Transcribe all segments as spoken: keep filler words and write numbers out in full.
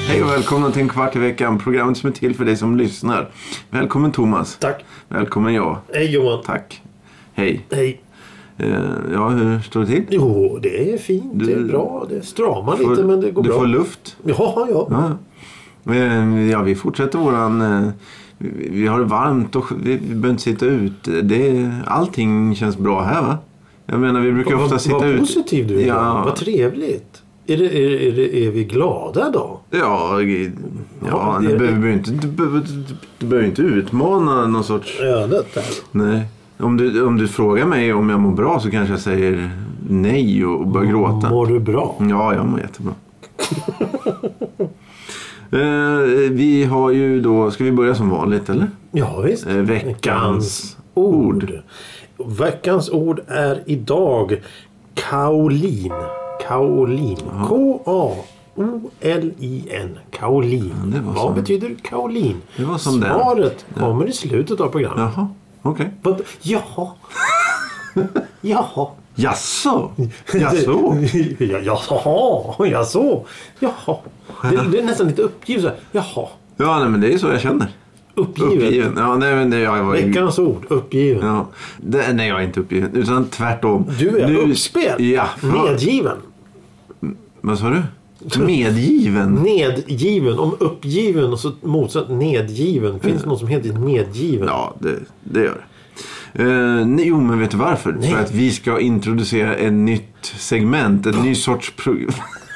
Hej och välkomna till en kvart i veckan. Programmet som är till för dig som lyssnar. Välkommen Thomas. Tack. Välkommen jag. Hej Johan. Tack. Hej. Hej. Uh, ja, hur står det till? Jo, det är fint. Du, det är bra. Det stramar får, lite men det går du bra. Du får luft. Ja, ja. Ja, uh, ja vi fortsätter våran... Uh, vi, vi har det varmt och vi, vi behöver inte sitta ut. Det, allting känns bra här, va? Jag menar, vi brukar vad, ofta sitta vad ut. Vad positiv du är. Ja. Vad trevligt. Är, det, är, är, det, är vi glada då? Ja, ja, ja det, du behöver inte, du behöver, du behöver inte utmana någon sorts... Ja, det där. Nej. Om du, om du frågar mig om jag mår bra så kanske jag säger nej och börjar gråta. Mår du bra? Ja, jag mår jättebra. eh, vi har ju då... Ska vi börja som vanligt, eller? Ja, visst. Eh, veckans, veckans ord. ord. Veckans ord är idag kaolin. Kaolin. K A O L I N. Kaolin. Ja, vad som... betyder kaolin? Det var som Svaret den. kommer ja. i slutet av programmet. Jaha, okej. Okay. Jaha. Jaha. Jaså? Jaså? Ja, jaha. Jaså? Jaha. Det, det är nästan lite uppgivet. Jaha. Ja, nej, men det är så jag känner. Uppgiven. uppgiven. Ja, nej, men det, jag var... Veckans ord, uppgiven. Ja. Det, nej, jag är inte uppgiven. Utan tvärtom. Du är nu... uppspel. Ja. Medgiven. Vad sa du? Medgiven? Nedgiven. Om uppgiven och så motsatt nedgiven. Finns det något som heter medgiven? Ja, det, det gör det. Uh, nej, jo, men vet du varför? Nej. För att vi ska introducera ett nytt segment. Ett ny sorts program.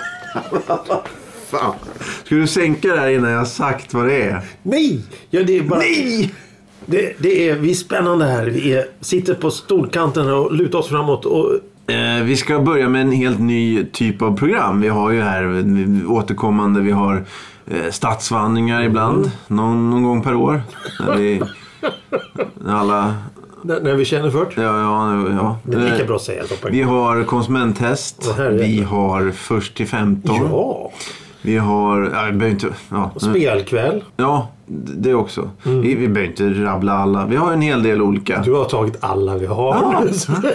Fan. Ska du sänka det här innan jag har sagt vad det är? Nej! Ja, det är bara... Nej! Det, det är, vi är spännande här. Vi är, sitter på stolkanten och lutar oss framåt. Och... Eh, vi ska börja med en helt ny typ av program. Vi har ju här återkommande, vi har eh, stadsvandringar ibland. Mm. Någon, någon gång per år. När vi, när alla... När, när vi känner för det. Ja, ja, ja. Det är lika bra att säga. Vi har konsumenttest. Vi har först till femton. Ja. Vi har... Ja, vi behöver inte... Ja. Spelkväll. Ja, det också. Mm. Vi, vi behöver inte rabbla alla. Vi har en hel del olika. Du har tagit alla vi har. Ja.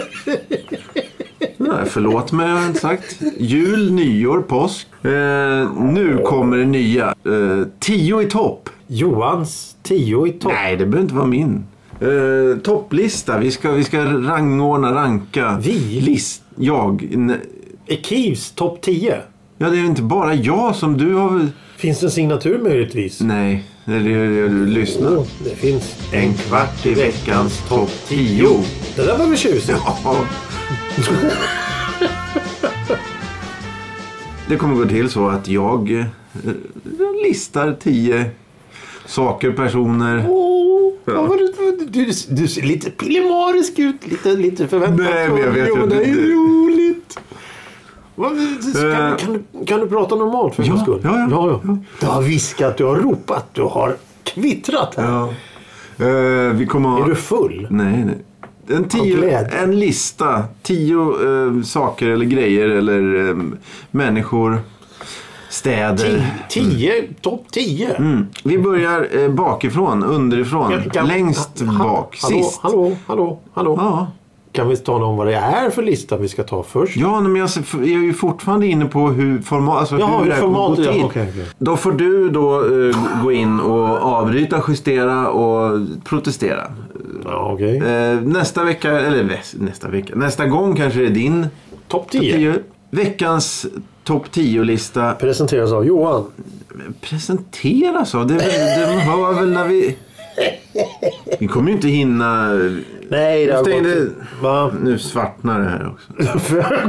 Nej, förlåt mig, jag har inte sagt. Jul, nyår, påsk. Eh, nu kommer det nya. Eh, tio i topp. Johans tio i topp. Nej, det behöver inte vara min. Eh, topplista. Vi ska, vi ska rangordna, ranka. Vi? List. Jag. Ekivs topp tio. Ja, det är inte bara jag som du har... Finns det en signatur möjligtvis? Nej, det är du lyssnar. Oh, det finns en kvart i veckans topp tio. Det där var väl tjusigt. Ja. Det kommer gå till så att jag eh, listar tio saker, personer. Åh, oh, du, du, du ser lite pillemarisk ut. Lite, lite förväntat. Nej, men jag vet jo, inte. Det är roligt. Kan, uh, kan, du, kan du prata normalt för ja, en skull? Ja, ja, ja, ja. Du har viskat, du har ropat, du har kvittrat här. Ja. Uh, vi kommer... Är du full? Nej, nej. En, tio, en lista, tio uh, saker eller grejer eller um, människor, städer. Tio, tio topp tio. Mm. Vi börjar uh, bakifrån, underifrån, kan, kan, längst ha, bak, hallå, sist. Hallå, hallå, hallå. Ja. Kan vi tala om vad det är för lista vi ska ta först? Ja, men jag, jag är ju fortfarande inne på hur format, alltså Jaha, hur det format, går till. Ja, okay, okay. Då får du då uh, gå in och avbryta, justera och protestera. Ja, okay. uh, nästa vecka, eller nästa vecka, nästa gång kanske det är din topp tio. Veckans topp tio-lista. Presenteras av Johan. Presenteras av? Det, det hör väl när vi... Vi kommer ju inte hinna... Nej, det har stängde... gått... Nu svartnar det här också.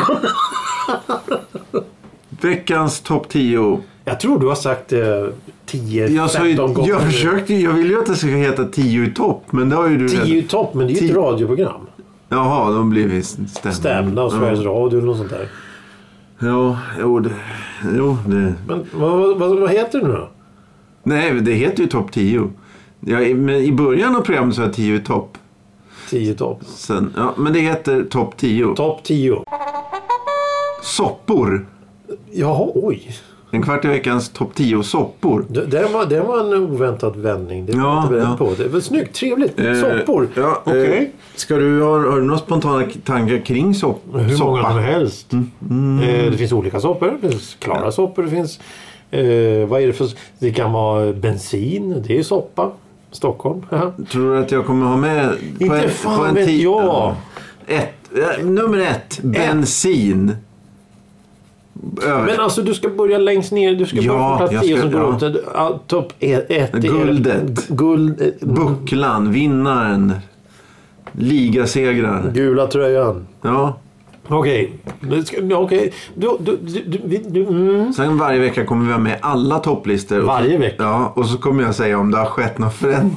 Veckans topp tio. Jag tror du har sagt eh, tio, jag femton gånger. Jag försökte, jag vill ju att det ska heta tio i topp. Men det har ju du tio i topp, men det är ju ett radioprogram. Jaha, de blir vi stämda. Stämda av Sveriges ja. Radio eller något sånt där. Ja, jo det... Jo, det. Men vad, vad, vad heter det nu då? Nej, det heter ju topp tio. Ja, men i början av programmet så är tio i topp. tio i topp. Sen, ja, men det heter topp tio. Topp tio. Soppor. Jaha, oj. En kvart i veckans topp tio soppor. Det, det, var, det var en oväntad vändning. Det var ja, inte beredd ja. på. Det är väl snyggt, trevligt. Eh, soppor. Ja, okay. eh, ska du, har, har du några spontana tankar kring sopp, Hur soppa? många som helst. Mm. Mm. Eh, det finns olika soppor. Det finns klara ja. soppor. Det finns Eh, vad är det för... Det kan vara bensin. Det är soppa. Stockholm. Tror du att jag kommer ha med... På Inte en, fan på en vet ti- jag. Ett, äh, nummer ett. Bensin. Över. Men alltså du ska börja längst ner. Du ska Ja, börja från plats tio jag som ska- går ja. ut. Ja, topp ett. ett Guldet. Guld. eh, Bucklan. Vinnaren. Ligasegrar. Gula tröjan. Ja. Okej. Det ska- ja, Okej. Du, du, du, du, du, du, mm. Sen varje vecka kommer vi ha med alla topplistor. Varje vecka? Ja, och så kommer jag säga om det har skett någon förändring.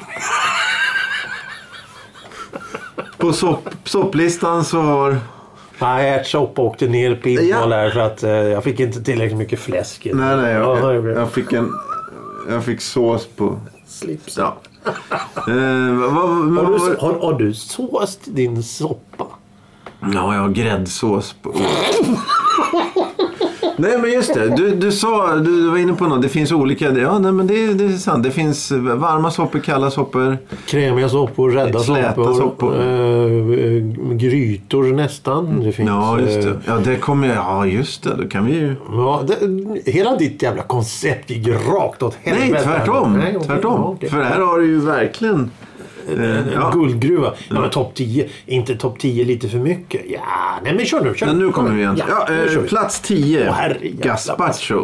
På sopp, sopplistan så har... Nej, ärtsoppa åkte ner på innehåll här för att eh, jag fick inte tillräckligt mycket fläsk. i. Nej, nej, Ja, jag, jag blev- jag fick en... Jag fick sås på... Slips. Ja. eh, vad, vad, Har, vad, du, har, har du såst din soppa? Ja, jag har gräddsås på... Nej, men just det. Du, du sa, du, du var inne på något. Det finns olika... Ja, nej, men det, det är sant. Det finns varma soppor, kalla soppor. Krämiga soppor, rädda Släta soppor, soppor. Eh, grytor nästan. Det finns, Ja, just eh, det. Ja, det kommer jag... Ja, just det. Då kan vi ju... Ja, det, hela ditt jävla koncept gick rakt åt helvete. Nej, tvärtom. Nej, okej, tvärtom. ja, okej. För här har du ju verkligen... En, en ja. guldgruva. Ja, men topp tio. Inte topp tio lite för mycket? Ja, nej men kör nu. Kör. Men nu kommer vi igen. Ja, Ja, nu eh, kör vi. plats tio. Åh, herrejävlar. Gazpacho.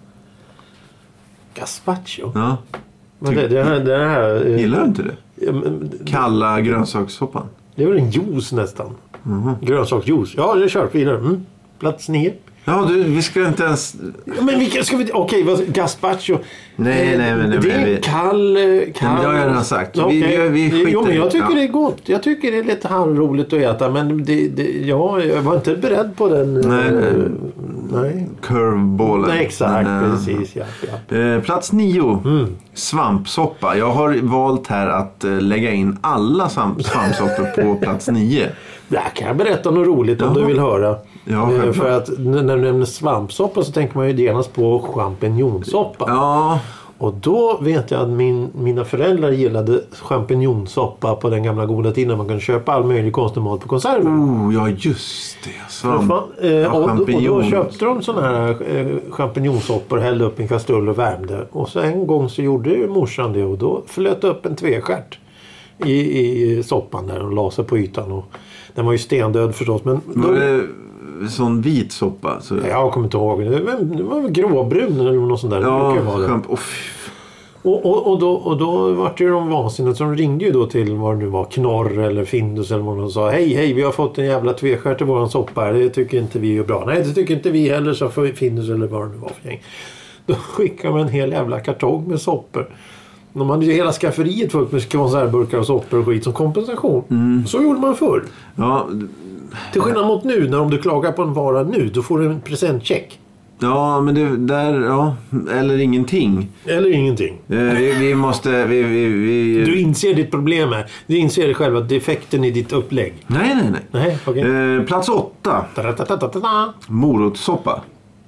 Gazpacho? Ja. Men det, det här... Det, här eh, Gillar du inte det? ja, men, Kalla grönsakssoppan. det är väl en juice nästan. Mhm. Grönsaksjuice. Ja, det kör vidare. Mm. Plats nio. Ja, du, vi ska inte ens... Ja, men vilka ska vi... Okej, vad... Gazpacho. Nej, Eh, nej, men- Det är men vi- kall... eh, kall... det har jag redan sagt. Vi- Okej. vi- vi skiter Jo, men i- jag tycker ja. det är gott. Jag tycker det är lite halvroligt att äta. Men det, det, ja, jag var inte beredd på den. eh, Nej, nej. Nej. Curveballen. Nej, exakt. Men, eh, Precis, ja. ja. Eh, plats nio. Mm. Svampsoppa. Jag har valt här att eh, lägga in alla svamp, svampsoppor på plats nio. Där kan jag berätta något roligt om Jaha. du vill höra. Ja, Eh, självklart. För att n- när du nämner svampsoppa så tänker man ju genast på champinjonsoppa. Ja, Och då vet jag att min, mina föräldrar gillade champinjonsoppa på den gamla goda tiden. Man kunde köpa all möjlig konstig mat på konserver. oh, ja just det. Svamp. Fan, eh, Ja, och, och då champinjon. köpte de sådana här eh, champinjonsoppor och hällde upp i en kastrull och värmde. Och så en gång så gjorde ju morsan det och då flöt upp en tvestjärt i, i soppan där och la sig på ytan. Och den var ju stendöd förstås. Men då, Var det sån vit soppa? Så... jag kommer inte ihåg. Det var, det var väl gråbrun eller något sånt där. Det Ja, brukar vara det. champ- oh, fy. Och, och, och, då, och då var det ju de vansinnigt. Så de ringde ju då till vad det nu var. Knorr eller Findus eller vad de sa. Hej, hej, vi har fått en jävla tvestjärt i våran soppa här. Det tycker inte vi är bra. Nej, det tycker inte vi heller, så för Findus eller vad det nu var för gäng. Då skickade man en hel jävla kartong med soppor. De hade ju hela skafferiet fullt med konservburkar och soppor och skit som kompensation. Mm. Så gjorde man förr. Ja, Till skillnad mot nu, när om du klagar på en vara nu, då får du en presentcheck. ja, men det där, ja, eller ingenting. Eller ingenting. Eh, vi, vi måste, vi, vi, vi... Du inser ditt problem här. Du inser själv att defekten i ditt upplägg. Nej, nej, nej. Nej, okej. Eh, plats åtta. Ta-ta-ta-ta-ta. Morotssoppa.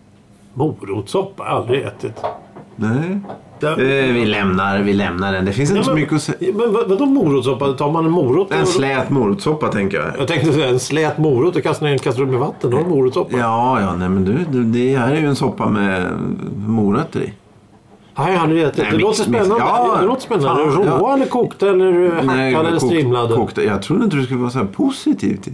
Morotssoppa, aldrig ätit. Nej. Där- Eh, vi lämnar, vi lämnar den. Det finns inte Ja, så men, mycket att säga. men vad, vadå morotssoppa? Tar man en morot? En slät morotssoppa tänker jag. Jag tänkte säga en slät morot och kasta ner en kastrull med vatten. Då är det morotssoppa. Ja, ja, nej men du, du, det här är ju en soppa med morötter i. Nej, jag har aldrig ätit. Nej, Det mix, låter mix. spännande. Ja, det låter spännande. fan, Råa ja. eller kokta eller hackade eller kokt- strimlade? kokta. Jag trodde inte du skulle vara så här positiv till.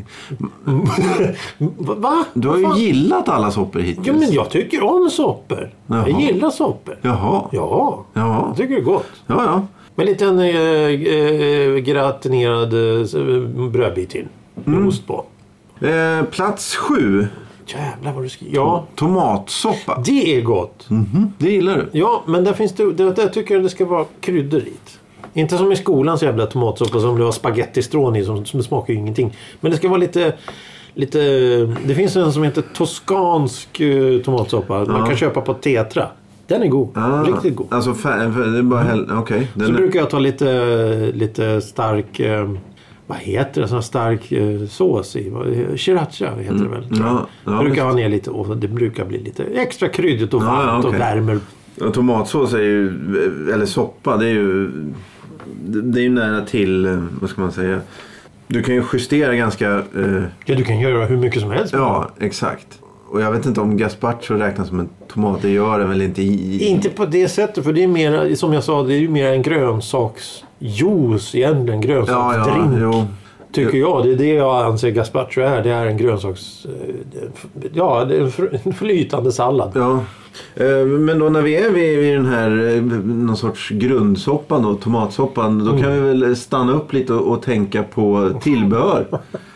Va? Va? Du har ju Vad fan? gillat alla soppor hittills. Ja, men jag tycker om soppor. Jaha. Jag gillar soppor. Jaha. Ja, Jaha. jag tycker det är gott. Ja, ja. Med en liten äh, äh, gratinerad äh, brödbit till. Med Mm. ost på. Eh, plats sju. Jävlar vad du skriver. Ja, Tomatsoppa. det är gott. Mhm, det gillar du. Ja, men där finns det, där, där tycker jag det ska vara kryddor i. Inte som i skolans jävla tomatsoppa som det var spagettistrån i som, som smakar ju ingenting. Men det ska vara lite, lite... Det finns en som heter toskansk uh, tomatsoppa. Man Ja. kan köpa på Tetra. Den är god. Ah, Riktigt god. Alltså, fär, fär, det är bara häll... Okej. Så den är- brukar jag ta lite, lite stark... eh, vad heter det? Sån här stark eh, sås i. Vad- Sriracha heter det väl? tror jag. Ja, ja, brukar visst. ha ner lite och det brukar bli lite extra kryddigt och Ja, varmt ja, okej. och värmer. Ja, tomatsås är ju, eller soppa, det är ju, det är ju nära till, eh, vad ska man säga, du kan ju justera ganska, eh, Ja, du kan göra hur mycket som helst. ja exakt. och jag vet inte om gazpacho räknas som en tomat. Det gör det väl inte i... Inte på det sättet, för det är mer, som jag sa, det är ju mer en grönsaksjuice egentligen, grönsaksdrink. Ja, ja, jo. Tycker jag, det är det jag anser gazpacho är. Det är en grönsaks... Ja, det är en flytande sallad. Ja. Men då när vi är vid, vid den här någon sorts grundsoppan då, tomatsoppan, då mm. kan vi väl stanna upp lite och, och tänka på tillbehör.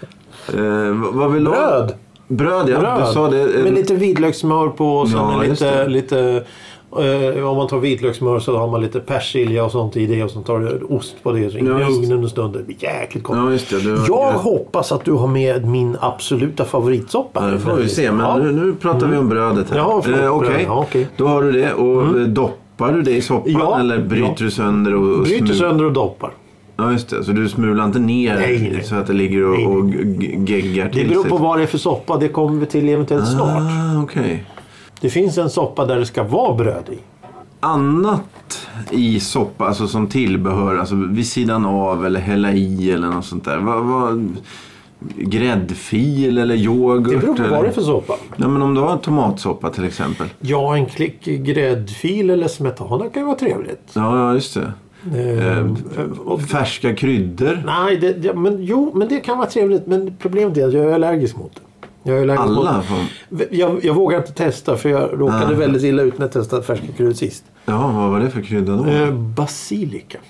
eh, vad vill Bröd. Du? Bröd, ja. Bröd. Du sa det. Med lite vitlökssmör på och sen Ja, lite... lite eh, om man tar vitlökssmör så har man lite persilja och sånt i det och så tar du ost på det så in Ja, i ugnen en stund. Det blir jäkligt gott. Ja, just det. Du, jag ja. hoppas att du har med min absoluta favoritsoppa. Ja, det får vi se, men ja. nu, nu pratar mm. vi om brödet här. Ja, eh, Okej, okay. ja, okay. Då har du det. Och mm. doppar du det i soppan ja, eller bryter ja. du sönder och, och Bryter sönder och doppar. Ja, just det. Så du smular inte ner nej, nej. så att det ligger och, och geggar till. Det beror på vad det är för soppa. Det kommer vi till eventuellt ah, snart. Okay. Det finns en soppa där det ska vara bröd i. Annat i soppa, alltså som tillbehör, alltså vid sidan av eller hälla i eller något sånt där. Vad, vad, gräddfil eller yoghurt? Det beror på vad det är för soppa. Ja, men om du har tomatsoppa till exempel. Ja, en klick gräddfil eller smetana kan ju vara trevligt. Ja, ja just det. Ehm, eh, färska kryddor. Nej, det, det, men, jo, men det kan vara trevligt. Men problemet är att jag är allergisk mot det. Jag är allergisk Alla? Mot det. Jag, jag vågar inte testa för jag råkade ah. väldigt illa ut när jag testade färska kryddor sist. Ja, vad var det för krydda då? Eh, basilika.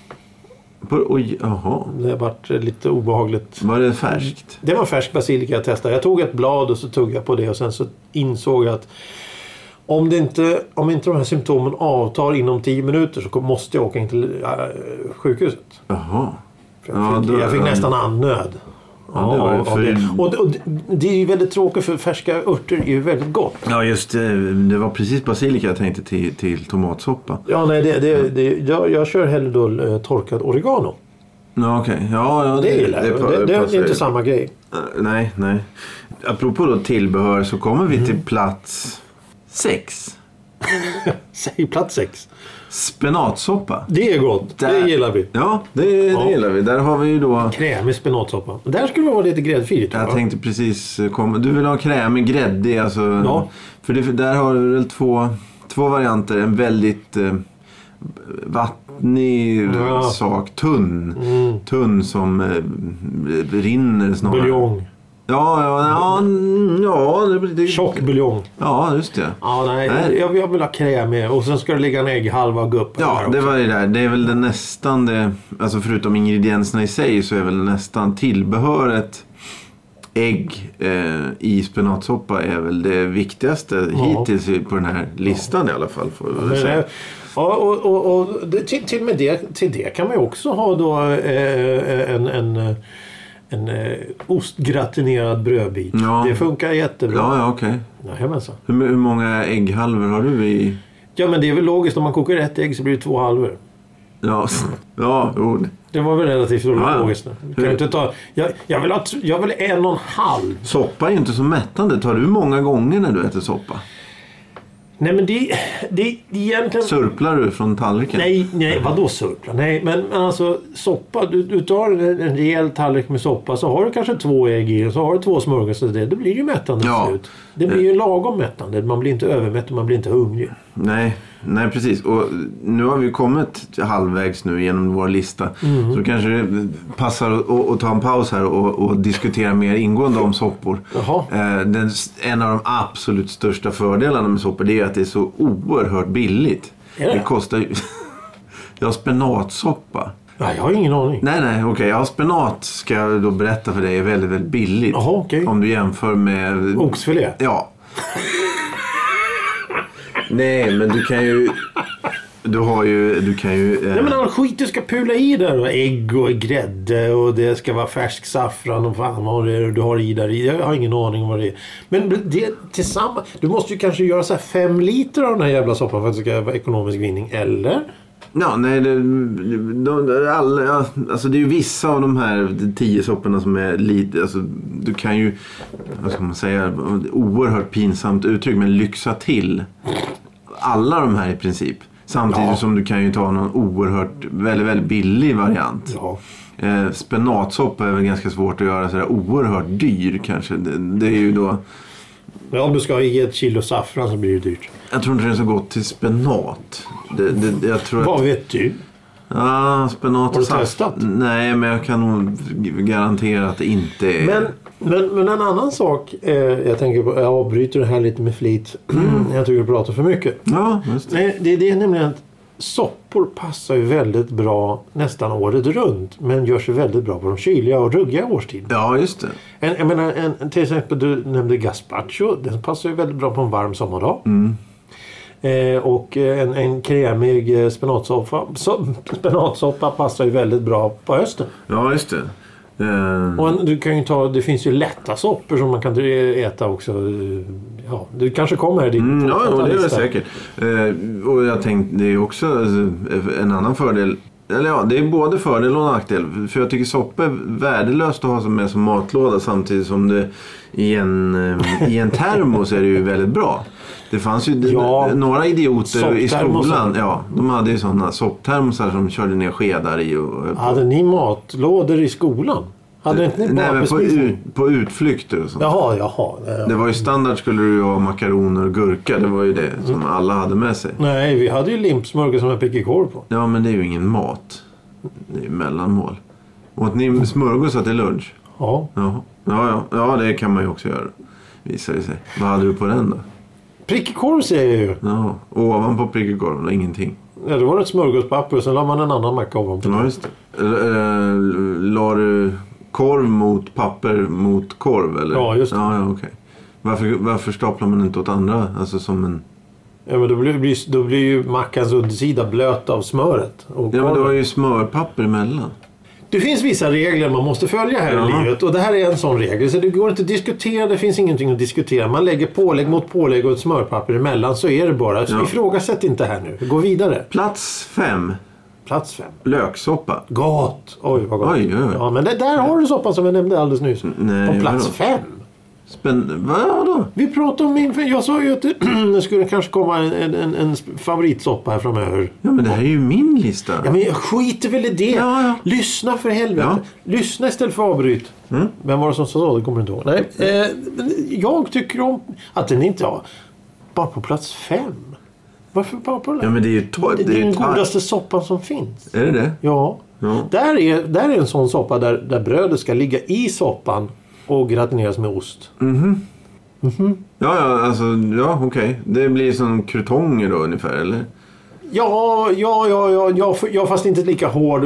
Oj, jaha. Det har varit lite obehagligt. Var det färskt? Det var färsk basilika jag testade. Jag tog ett blad och så tog jag på det och sen så insåg jag att Om, det inte, om inte de här symptomen avtar inom tio minuter så måste jag åka in till äh, sjukhuset. Jaha. Jag fick, ja, då, jag fick nästan andnöd. Ja, det var ja, för... det. Och, och det är ju väldigt tråkigt för färska örter är ju väldigt gott. Ja, just det. Det var precis basilika jag tänkte till, till tomatsoppa. Ja, nej, det, det, det, jag, jag kör hellre då äh, torkad oregano. Ja, okej. Okay. Ja, ja, det, det gillar jag. Det, det, det är inte samma grej. Nej, nej. Apropå då tillbehör så kommer vi mm. till plats sex. Säg plats sex. Spenatsoppa. Det är gott. Där, det gillar vi. Ja, det, det ja. gillar vi. Där har vi ju då... Krämig spenatsoppa. Där skulle det vara lite gräddfil. Jag tänkte precis komma... Du vill ha krämig gräddig. Alltså, ja. För det, där har du väl två, två varianter. En väldigt eh, vattnig ja. sak. Tunn. Mm. Tunn som eh, rinner snarare. Buljong. Ja, ja, ja, ja det, det, tjock buljong. Ja, just det. Ja, nej, nej. Jag, jag vill ha kräm och sen ska det ligga en ägghalva och gå upp. Ja, det var det där. Det är väl det nästan det, alltså förutom ingredienserna i sig så är väl nästan tillbehöret ägg eh, i spenatsoppa är väl det viktigaste ja. hittills på den här listan ja. i alla fall. Får ja, säga. Ja, och, och, och det, till, till, med det, till det kan man ju också ha då eh, en... en En eh, ostgratinerad brödbit. Ja. Det funkar jättebra. Ja, ja okej. Okay. Hur, hur många ägghalvor har du i? Ja, men det är väl logiskt. Om man kokar ett ägg så blir det två halvor. Ja, ja. Jo. Det var väl relativt ja, logiskt. Kan du inte ta, jag, jag, vill ha, jag vill en och en halv. Soppa är ju inte så mättande. Tar du många gånger när du äter soppa? Nej, men det, det, det egentligen... Surplar du från tallriken? Nej, nej vadå surplar? Nej, men, men alltså soppa, du, du tar en, en rejäl tallrik med soppa så har du kanske två ägg i och så har du två smörgåsar till det. Då blir det ju mättande ja. slut. Det blir ju lagom mättande. Man blir inte övermätt och man blir inte hungrig. Nej, nej precis. Och nu har vi kommit halvvägs nu genom vår lista. Mm. Så kanske det passar att, att ta en paus här och, och diskutera mer ingående om soppor. Eh, den, en av de absolut största fördelarna med soppor det är att det är så oerhört billigt. Är det? Det kostar ju... Ja, spenatsoppa. Ja, jag har ingen aning. Nej, nej, okej. Okay. Ja, spenat ska jag då berätta för dig är väldigt, väldigt billigt. Jaha, okej. Okay. Om du jämför med... Oxfilé? Ja. Nej, men du kan ju... Du har ju... Du kan ju... Eh... Nej, men all skit du ska pula i där. Och ägg och grädde och det ska vara färsk saffran och fan vad det är du har i där. Jag har ingen aning om vad det är. Men det tillsammans... Du måste ju kanske göra så här fem liter av den här jävla soppan för att det ska vara ekonomisk vinning. Eller... Ja, nej, det, de, de, alla, alltså det är ju vissa av de här tio sopporna som är lite, alltså du kan ju, vad ska man säga, oerhört pinsamt uttryck, men lyxa till alla de här i princip. Samtidigt ja. som du kan ju ta någon oerhört, väldigt, väldigt billig variant. Ja. Eh, spenatsoppa är väl ganska svårt att göra sådär oerhört dyr kanske. Det, det är ju då... Ja, om du ska ge ett kilo saffran så blir det dyrt. Jag tror inte det är så gott till spenat. Det, det, jag tror Vad att... vet du? Ja, spenat Har du och saft. testat? Nej, men jag kan nog garantera att det inte är... Men, men, men en annan sak, eh, jag tänker på, jag avbryter det här lite med flit. Mm. Jag tycker du pratar för mycket. Ja, just det. Nej, det, det är nämligen att soppor passar ju väldigt bra nästan året runt. Men gör sig väldigt bra på de kyliga och ruggiga årstiderna. Ja, just det. En, jag menar, en, till exempel du nämnde gazpacho. Den passar ju väldigt bra på en varm sommardag. Mm. Eh, och en, en krämig spenatsoppa, so, spenatsoppa passar ju väldigt bra på hösten. Ja, just det. Uh... Och en, du kan ju ta, det finns ju lätta soppor som man kan äta också. Ja, du kanske kommer här dit. Mm, ja, ja, det är det säkert. Uh, och jag tänkte, det är också en annan fördel. Eller ja, det är både fördel och nackdel. För jag tycker soppa är värdelöst att ha som med som matlåda samtidigt som det i en, i en termos är det ju väldigt bra. Det fanns ju ja, några idioter i skolan. Ja, de hade ju sådana sopptermosar som körde ner skedar i. Och, hade ni matlådor i skolan? Hade inte ni Nej, men på, ut, på utflykter och sånt. Jaha, jaha. jaha. Det var ju standard skulle du ha makaroner och gurka. Det var ju det som mm. alla hade med sig. Nej, vi hade ju limpsmörgås som jag pickade korv på. Ja, men det är ju ingen mat. Det är ju mellanmål. Åt ni smörgåsar till lunch? Ja. Ja. Ja, ja. Ja, det kan man ju också göra. Visar det sig. Vad hade du på den då? Prickkorv säger jag ju. Ja, och ovanpå prickkorv, ingenting. Ja, det var ett smörgåspapper och sen la man en annan macka ovanpå. Ja, just det. Äh, la du korv mot papper mot korv, eller? Ja, just det. Ja, ja, okej. Varför, varför staplar man inte åt andra? Alltså som en... Ja, men då blir, då blir ju mackans undersida blöt av smöret. Och ja, men det var ju smörpapper emellan. Det finns vissa regler man måste följa här Jaha. i livet. Och det här är en sån regel. Så det går inte att diskutera. Det finns ingenting att diskutera. Man lägger pålägg mot pålägg och ett smörpapper emellan. Så är det bara. Så ja. Ifrågasätt inte här nu. Gå vidare. Plats fem. Plats fem. Löksoppa. Gott. Oj, vad gott. Oj, oj. Ja, men det, där har du soppan som jag nämnde alldeles nyss. Nej, på plats vadå? fem. Spänn... Vad då? Vi pratade om min... Jag sa ju att det skulle kanske komma en, en, en favoritsoppa här framöver. Ja, men det här är ju min lista. Ja, men jag skiter väl i det. Ja, ja. Lyssna för helvete. Ja. Lyssna istället för avbryt. Mm. Vem var det som sa så? Det kommer inte ihåg. Nej. Eh, jag tycker om att den inte har... Bara på plats fem. Varför bara på den? Ja, men det är ju... To- det, det är den ta- godaste soppan som finns. Är det det? Ja. ja. Där, är, där är en sån soppa där, där brödet ska ligga i soppan och gratineras med ost. Mhm. Mm-hmm. Ja, ja, alltså, ja, okej. Okay. Det blir som krutonger då ungefär, eller? Ja, ja, ja, ja, ja, ja fast inte lika hård.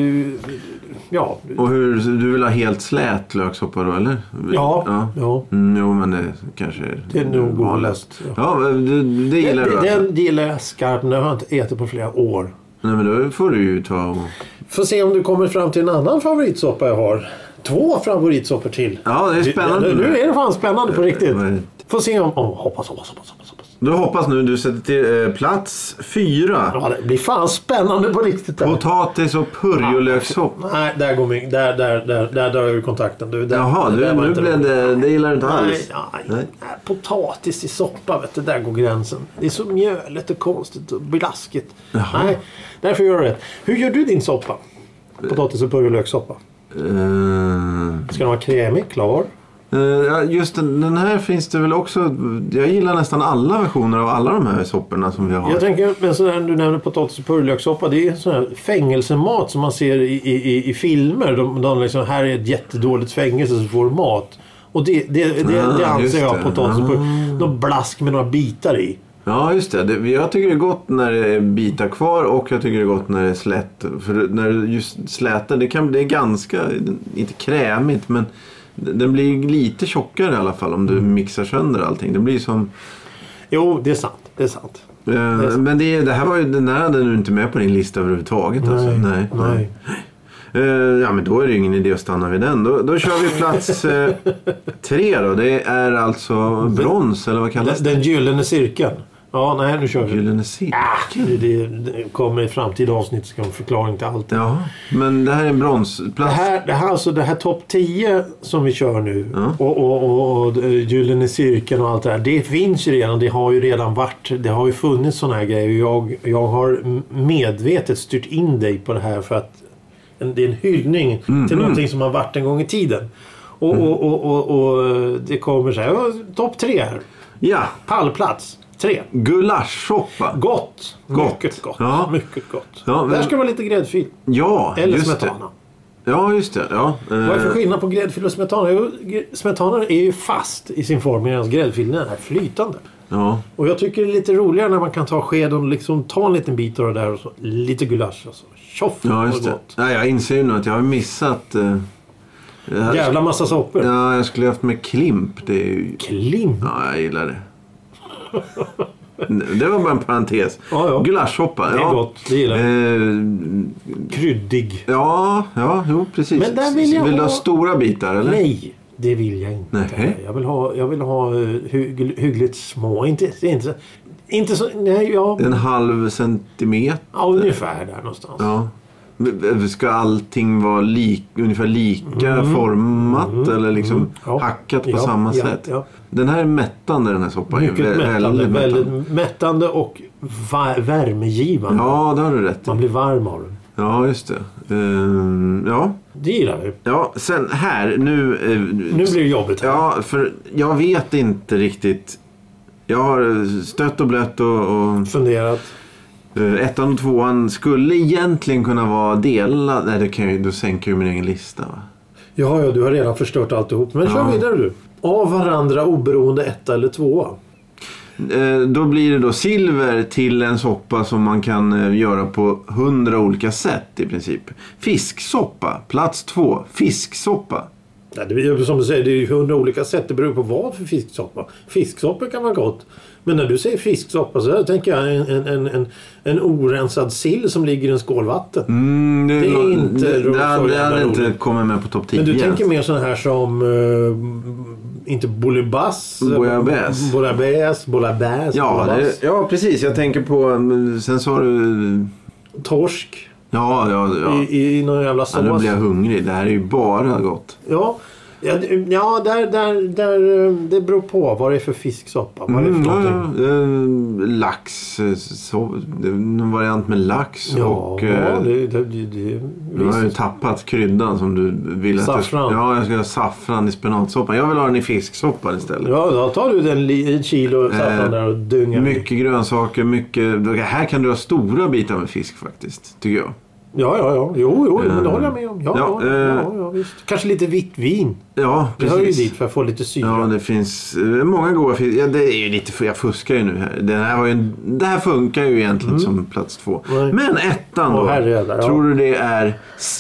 Ja. Och hur, du vill ha helt slät löksoppa då, eller? Ja, ja. ja. Mm, jo, men det kanske är... Det är nog vanligast. Ja, ja det, det gillar det, du det, alltså. Den gillar jag skarpt. Den har jag inte ätit på flera år. Nej, men då får du ju ta och... Får se om du kommer fram till en annan favoritsoppa jag har. Två favoritsoppor till. Ja, det är spännande. Nu, nu är det fan spännande på riktigt. Får se om... Oh, hoppas, hoppas, hoppas, hoppas. Du hoppas nu, du sätter till eh, plats fyra. Ja, det blir fan spännande på riktigt. Där. Potatis och purjolökssoppa. Nej, där går min, där, där, där, där drar jag kontakten. Du, där, Jaha, du, nu blev det, det gillar du inte nej, alls. Nej, nej. nej, potatis i soppa, vet du, där går gränsen. Det är så mjöligt och konstigt och blaskigt. Jaha. Nej, därför gör du rätt. Hur gör du din soppa? Potatis och purjolökssoppa. Uh... Ska den vara krämig, klar? Uh, just den, den här finns det väl också. Jag gillar nästan alla versioner av alla de här sopporna som vi har. Jag tänker, men så där, du nämnde potatis och purjolökssoppa. Det är en sån här fängelsemat som man ser i, i, i filmer. De, de liksom, här är ett jättedåligt fängelse så får du mat. Och det, det, det, ah, det anser jag potatis och purjolökssoppa. De blask med några bitar i. Ja, just det. det. Jag tycker det är gott när det är bitar kvar och jag tycker det är gott när det är slätt. För när det just slätar, det kan bli ganska, inte krämigt, men den blir lite tjockare i alla fall om du mixar sönder allting. Det blir som... Jo, det är sant. Det är sant. Uh, det är sant. Men det, det här var ju, den här hade du inte med på din lista överhuvudtaget. Nej, alltså. Nej, nej. nej. Uh, ja, men då är det ingen idé att stanna vid den. Då, då kör vi plats uh, tre då. Det är alltså brons, eller vad kallas det? Den gyllene cirkeln. Ja, nej, nu kör vi. Gyllene cirkeln. Ah, det, det kommer i framtida avsnitt ska en förklaring till allt. Ja, men det här är en bronsplats. Det här, det här, alltså, det här topp tio som vi kör nu ja. och, och, och, och gyllene cirkeln och allt det här. Det finns ju redan, det har ju redan varit, det har ju funnits såna här grejer. Jag, jag har medvetet styrt in dig på det här för att en, det är en hyllning mm, till mm. någonting som har varit en gång i tiden. Och, mm. och, och, och, och det kommer så här. Topp tre här. Ja. Pallplats. Tre. Gulaschsoppa. Gott. Gott. Mycket gott. Ja. Mycket gott. Ja, men... Där ska vara lite gräddfil. Ja, eller just smetana. Det. Ja, just det. Ja. Vad är för skillnad på gräddfil och smetana? Jo, smetana är ju fast i sin form medan gräddfilen är flytande. Ja. Och jag tycker det är lite roligare när man kan ta sked och liksom ta en liten bit av det där och så lite gulasch och så. Tjoff, ja, just det. Gott. Ja, jag inser ju nu att jag har missat... Uh, jävla massa soppor. Ja, jag skulle haft med klimp. Det är ju... Klimp? Ja, jag gillar det. Det var bara en parentes. Ja, ja. Gulaschsoppa. Det är ja. gott, det gillar jag. Eh, Kryddig. Ja, ja, jo, precis. Men där vill jag vill ha... du ha stora bitar, eller? Nej, det vill jag inte. Nej. Jag vill ha, jag vill ha hygg, hyggligt små. Inte, inte, inte så... Nej, ja. En halv centimeter? Ja, ungefär där någonstans. Ja. Ska allting vara lik, ungefär lika mm. format mm. eller liksom mm. ja. hackat på ja, samma ja, sätt? Ja. Den här är mättande, den här soppan. Mycket Vä- mättande, väldigt väldigt mättande och va- värmegivande. Ja, det har du rätt i. Man blir varm av den. Ja, just det. Uh, ja. Det gillar vi. Ja, sen här, nu... Uh, nu blir det jobbigt här. Ja, för jag vet inte riktigt. Jag har stött och blött och... och funderat. Ettan och tvåan skulle egentligen kunna vara delad. Nej, det kan ju, då sänker ju min egen lista, va? Ja, ja, du har redan förstört alltihop. Men ja. Kör vidare du. Av varandra oberoende etta eller tvåa. Eh, då blir det då silver till en soppa som man kan eh, göra på hundra olika sätt i princip. Fisksoppa, plats två. Fisksoppa. Ja, det är, som du säger, det är hundra olika sätt. Det beror på vad för fisksoppa. Fisksoppa kan vara gott. Men när du säger fisksoppa så tänker jag en, en, en, en orensad sill som ligger i en skål vatten. Mm, det, det är var, inte det, roligt. Det, det hade inte kommit med på topp tio. Men du tänker mer sån här som uh, inte bouillabaisse, bouillabaisse, bouillabaisse, bouillabaisse. Ja, det, ja, precis. Jag tänker på sen sa du torsk. Ja, ja, ja. I, i någon jävla sås. Ja, nu blir jag hungrig. Det här är ju bara gott. Ja. Ja, ja där, där, där, det beror på vad det är för fisksoppa. Vad är det för mm, ja, äh, lax, så, en variant med lax. Ja, och, ja det, det, det, det du har ju tappat kryddan som du vill att saffran. Du, ja, jag ska ha saffran i spenatsoppan. Jag vill ha den i fisksoppan istället. Ja, då tar du den en kilo saffran äh, där och dungar. Mycket grönsaker, mycket... Här kan du ha stora bitar med fisk faktiskt, tycker jag. Ja, ja, ja. Jo, jo, men det håller jag med om. Ja, ja, ja, ja, ja, ja visst. Kanske lite vitt vin. Ja, precis. Det hör ju dit för att få lite syra. Ja, det finns många goda fisk. Ja, det är ju lite för jag fuskar ju nu här. Det här, var ju en, det här funkar ju egentligen mm. som plats två. Nej. Men ettan då. Åh, herrejävlar, ja. Tror du det är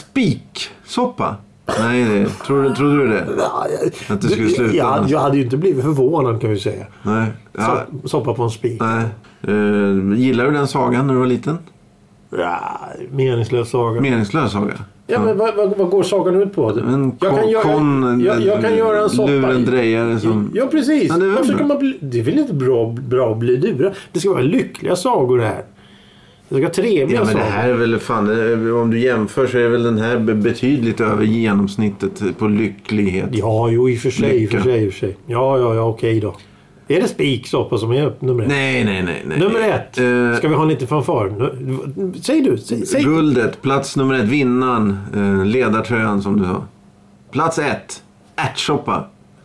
spiksoppa? Nej, det, tror, du, tror du det? Att det skulle sluta? Ja, jag hade ju inte blivit förvånad kan vi säga. Nej. Ja. Så, soppa på en spik. Nej. Uh, gillar du den sagan när du var liten? Ja, meningslös saga. Meningslös saga? Ja, men vad, vad, vad går sagan ut på? En jag, kan göra, kon, jag, jag kan göra en soppa. Lurendrejare som... Ja, precis. Ja, det, Varför kan man bli, det är väl inte bra, bra att bli lurad. Det ska vara lyckliga sagor här. Det ska vara trevliga ja, men sagor. Det här är väl fan, om du jämför så är väl den här betydligt över genomsnittet på lycklighet. Ja, jo, i och för sig, i och för sig, i och för sig. Ja, ja, ja, okej då. Är det spiksoppa som är nummer ett? Nej, nej, nej. nej. Nummer ett. Uh, Ska vi ha en liten fanfar? Säg du. Säg, säg. Guldet. Plats nummer ett. Vinnaren. Uh, ledartröjan som du sa. Plats ett. Ärtsoppa.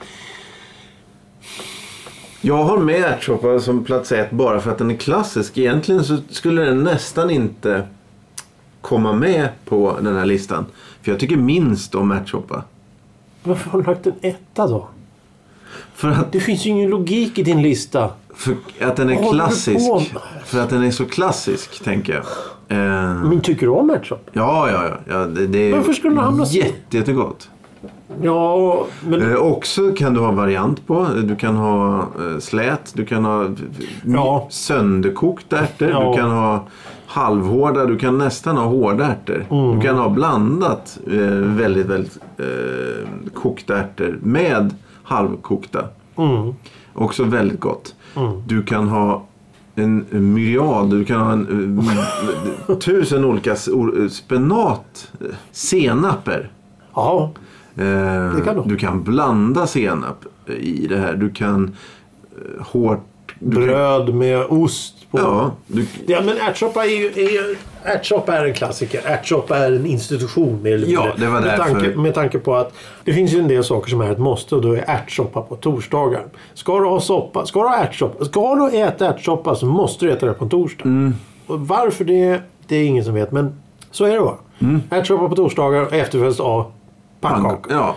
Jag har med ärtsoppa som plats ett bara för att den är klassisk. Egentligen så skulle den nästan inte komma med på den här listan. För jag tycker minst om ärtsoppa. Varför har du lagt en etta då? För att, det finns ju ingen logik i din lista. För att den är Vad klassisk. För att den är så klassisk, tänker jag. Eh, Men tycker du om ärtsoppa? Ja, ja, ja. ja det, det är Varför skulle du hamna så? Jätte, jättegott. Ja, men... Eh, också kan du ha variant på. Du kan ha eh, slät. Du kan ha ja. sönderkokt ärtor. Ja. Du kan ha halvhårda. Du kan nästan ha hårda ärtor. Mm. Du kan ha blandat eh, väldigt, väldigt eh, kokta ärtor med halvkokta. Mm. Också väldigt gott. Mm. Du kan ha en myriad, du kan ha en uh, tusen olika spenat, senaper. Ja, eh, det kan du. Du kan blanda senap i det här. Du kan uh, hårt bröd med ost på. Ja, du... ja men ärtsoppa är ju, är ju ärtsoppa är en klassiker. Ärtsoppa är en institution med, ja, det var med, därför... tanke, med tanke på att det finns ju en del saker som är ett måste, och då är ärtsoppa på torsdagar. Ska du ha soppa, ska du ha ärtsoppa, ska du äta ärtsoppa så måste du äta det på torsdag. Mm. Och varför det, det är ingen som vet, men så är det bara. Mm. Ärtsoppa på torsdagar efterföljs av pannkaka. Ja.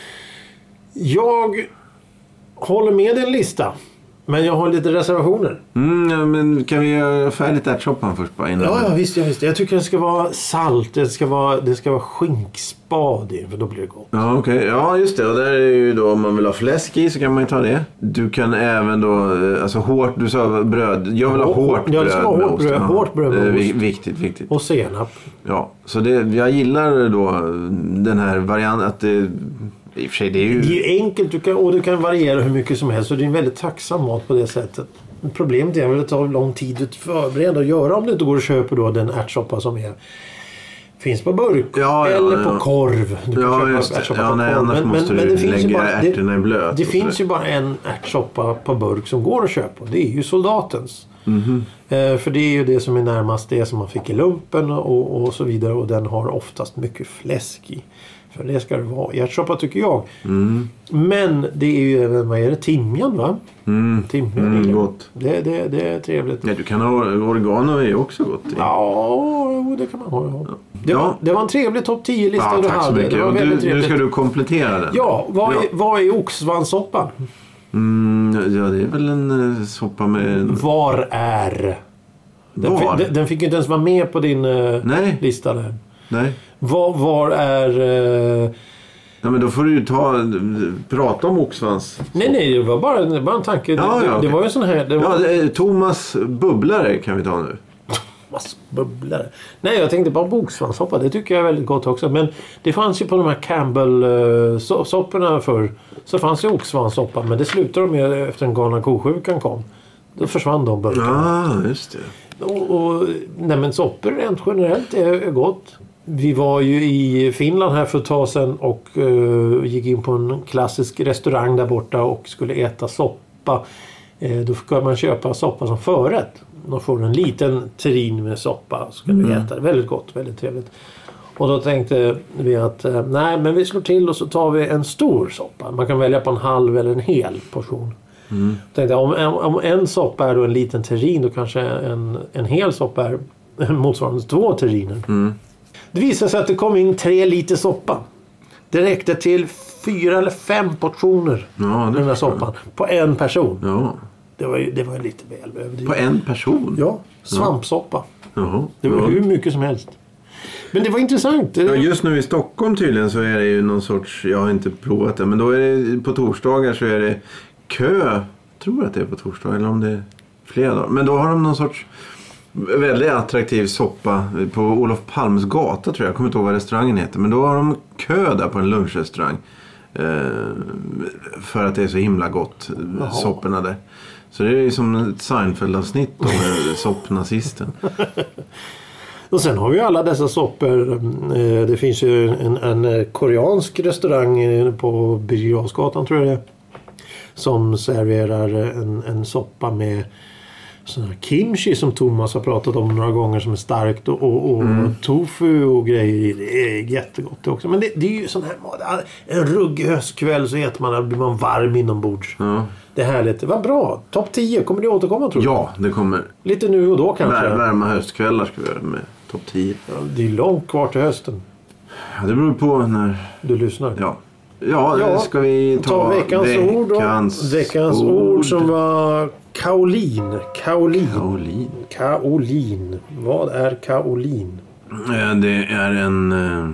Jag håller med din lista, men jag har lite reservationer. Mm, ja, men kan vi göra färdigt ärtsoppan först bara innan? Ja, ja visst, ja, visst. Jag tycker det ska vara salt, det ska vara, det ska vara skinkspad i, för då blir det gott. Ja, okej. Okay. Ja, just det. Och där är ju då, om man vill ha fläsk i så kan man ju ta det. Du kan även då, alltså hårt, du sa bröd. Jag vill ha hårt, hårt bröd. Ja, det ska vara hårt bröd, ja. hårt bröd med ost. ost. Viktigt, viktigt. Och senap. Ja, så det, jag gillar då den här varianten att det... I och för sig, det är ju... Det är enkelt du kan, och du kan variera hur mycket som helst. Så det är en väldigt tacksam mat på det sättet. Problemet är att det tar lång tid att förbereda och göra om du inte går och köper då den ärtsoppa som är, finns på burk. Ja, ja, eller ja. på korv. Du kan ja, köpa just det. ärtsoppa Ja, på nej, korv. annars Men, måste men, du men det lägga bara, ärtorna det, i blöt. Det finns ju bara en ärtsoppa på burk som går att köpa. Det är ju soldatens. Mm-hmm. Eh, för det är ju det som är närmast det som man fick i lumpen och, och så vidare. Och den har oftast mycket fläsk i. För det ska det vara. Ärtsoppa tycker jag. Mm. Men det är ju, vad är det? Timjan, va? Mm. Timjan mm, är gott. Det, det, det är trevligt. Ja, du kan ha oregano är ju också gott. I. Ja, det kan man ha. Ja. Det, ja. var, det var en trevlig topp tio-lista ja, du tack så hade. mycket. Det var och väldigt du, nu ska du komplettera den. Ja, vad, ja. Är, vad är oxsvanssoppan? Mm, ja, det är väl en uh, soppa med... Var är? Den, Var? Fick, den, den fick ju inte ens vara med på din uh, Nej. lista där. Nej. Var, var är... Uh... Ja, men då får du ju ta... Prata om oxsvans. Nej, nej, det var bara, det var en tanke. Ja, det, ja, det okay. var ju sån här... Det var... Ja, det är Thomas bubblare kan vi ta nu. Thomas bubblare. Nej, jag tänkte bara på oxsvanssoppa. Det tycker jag är väldigt gott också. Men det fanns ju på de här Campbell-sopporna förr. Så fanns ju oxsvanssoppa. Men det slutade med efter en galna kosjukan kom. Då försvann de burkarna. Ja, just det. Och, och, nej, men soppor rent generellt är gott. Vi var ju i Finland här för ett tag sedan och uh, gick in på en klassisk restaurang där borta och skulle äta soppa. Uh, då ska man köpa soppa som förrätt. Då får du en liten terrine med soppa så kan mm. du äta det. Väldigt gott, väldigt trevligt. Och då tänkte vi att uh, nej, men vi slår till och så tar vi en stor soppa. Man kan välja på en halv eller en hel portion. Mm. Tänkte, om, om en soppa är då en liten terrine, då kanske en, en hel soppa är motsvarande två terriner. Mm. Det visade sig att det kom in tre liter soppa. Det räckte till fyra eller fem portioner. Ja, det den här soppan. På en person. Ja. Det var, det var lite väl överdrivet. På en person? Ja, svampsoppa. Ja. Det var ja. hur mycket som helst. Men det var intressant. Ja, just nu i Stockholm tydligen så är det ju någon sorts... Jag har inte provat det. Men då är det på torsdagar så är det kö. Jag tror att det är på torsdag eller om det är flera dagar. Men då har de någon sorts... väldigt attraktiv soppa på Olof Palmes gata tror jag. Jag kommer inte ihåg vad restaurangen heter. Men då har de kö där på en lunchrestaurang. Eh, för att det är så himla gott. Jaha. Sopporna där. Så det är ju som ett Seinfeld-avsnitt om soppnazisten. Och sen har vi alla dessa soppor. Eh, det finns ju en, en koreansk restaurang på Birger Jarlsgatan tror jag det är. Som serverar en, en soppa med sån här kimchi som Thomas har pratat om några gånger som är starkt och, och, och mm. tofu och grejer. Det är jättegott också. Men det, det är ju sån här mat. En ruggig höstkväll så äter man, där blir man varm inombords. Ja. Det är härligt. Vad bra. Topp tio. Kommer det återkomma tror du? Ja, det kommer. Lite nu och då kanske. Vär, värma höstkvällar ska vi göra med topp tio. Ja, det är långt kvar till hösten. Ja, det beror på när... Du lyssnar. Ja. Ja, ja, ska vi ta, ta veckans, veckans ord då. Veckans ord. ord som var kaolin. Kaolin. Kaolin. Kaolin. Vad är kaolin? Det är en eh,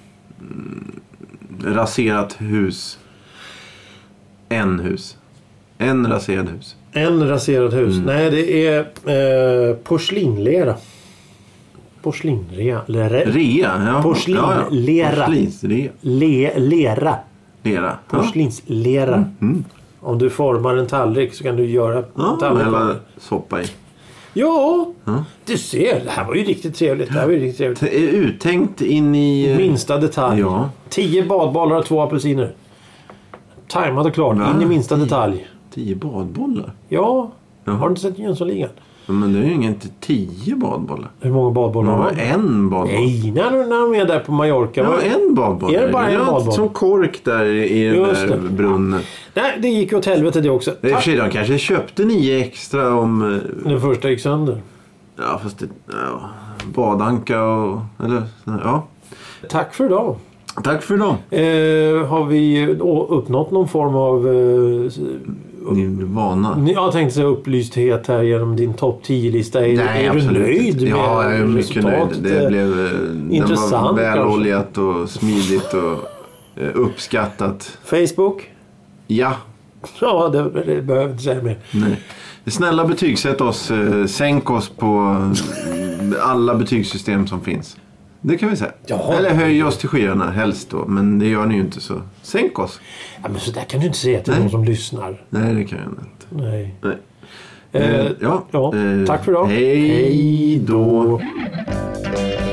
raserat hus. En hus. En raserad hus. En raserad hus. Mm. Nej, det är eh, porslinlera. Porslinrea. Lera. Rea, ja. Porslinlera. Ja, ja. Porslinsrea. Le, lera. Lera. Porslinslera. Mm. Mm. Om du formar en tallrik så kan du göra ja, en tallrik. Eller soppa i. Ja, ja, du ser. Det här var ju riktigt trevligt. Det här var ju riktigt trevligt. Det är uttänkt in i... minsta detalj. Ja. Tio badbollar och två apelsiner. Tajmat och klart. Ja. In i minsta detalj. Tio badbollar? Ja. Jaha. Har du inte sett Jönssonligan? Men det är ju inte tio badbollar. Hur många badbollar Det har var de? en badboll. Nej, när, när de är där på Mallorca. Ja, var... en badboll. Är det bara en ja, badboll? Som kork där i den Just där det. brunnen. Nej, det gick åt helvete det också. I och för sig, de kanske köpte nio extra om... eh, Den första gick sönder. Ja, fast det... Ja, badanka och... Eller... Ja. Tack för idag. Tack för idag. Eh, har vi å- uppnått någon form av... Eh, Ni är vana. jag tänkte säga upplysthet här genom din topp tio-lista. Är, Nej, är du absolut nöjd inte. med Ja, jag är mycket nöjd. resultatet? Det blev... eh, Den intressant, var kanske. väloljat och smidigt och eh, uppskattat. Facebook? Ja. Ja, det, det behöver jag inte säga mer. Nej. Snälla betygsätt oss. eh, Sänk oss på eh, alla betygssystem som finns. Det kan vi säga. Ja. Eller höj oss till skyarna helst då. Men det gör ni ju inte, så sänk oss. Ja, men så där kan du inte säga till Nej. någon som lyssnar. Nej, det kan jag inte. Nej. Nej. Eh, Eh, ja. ja, Eh, tack för idag. Hej då. Hej då.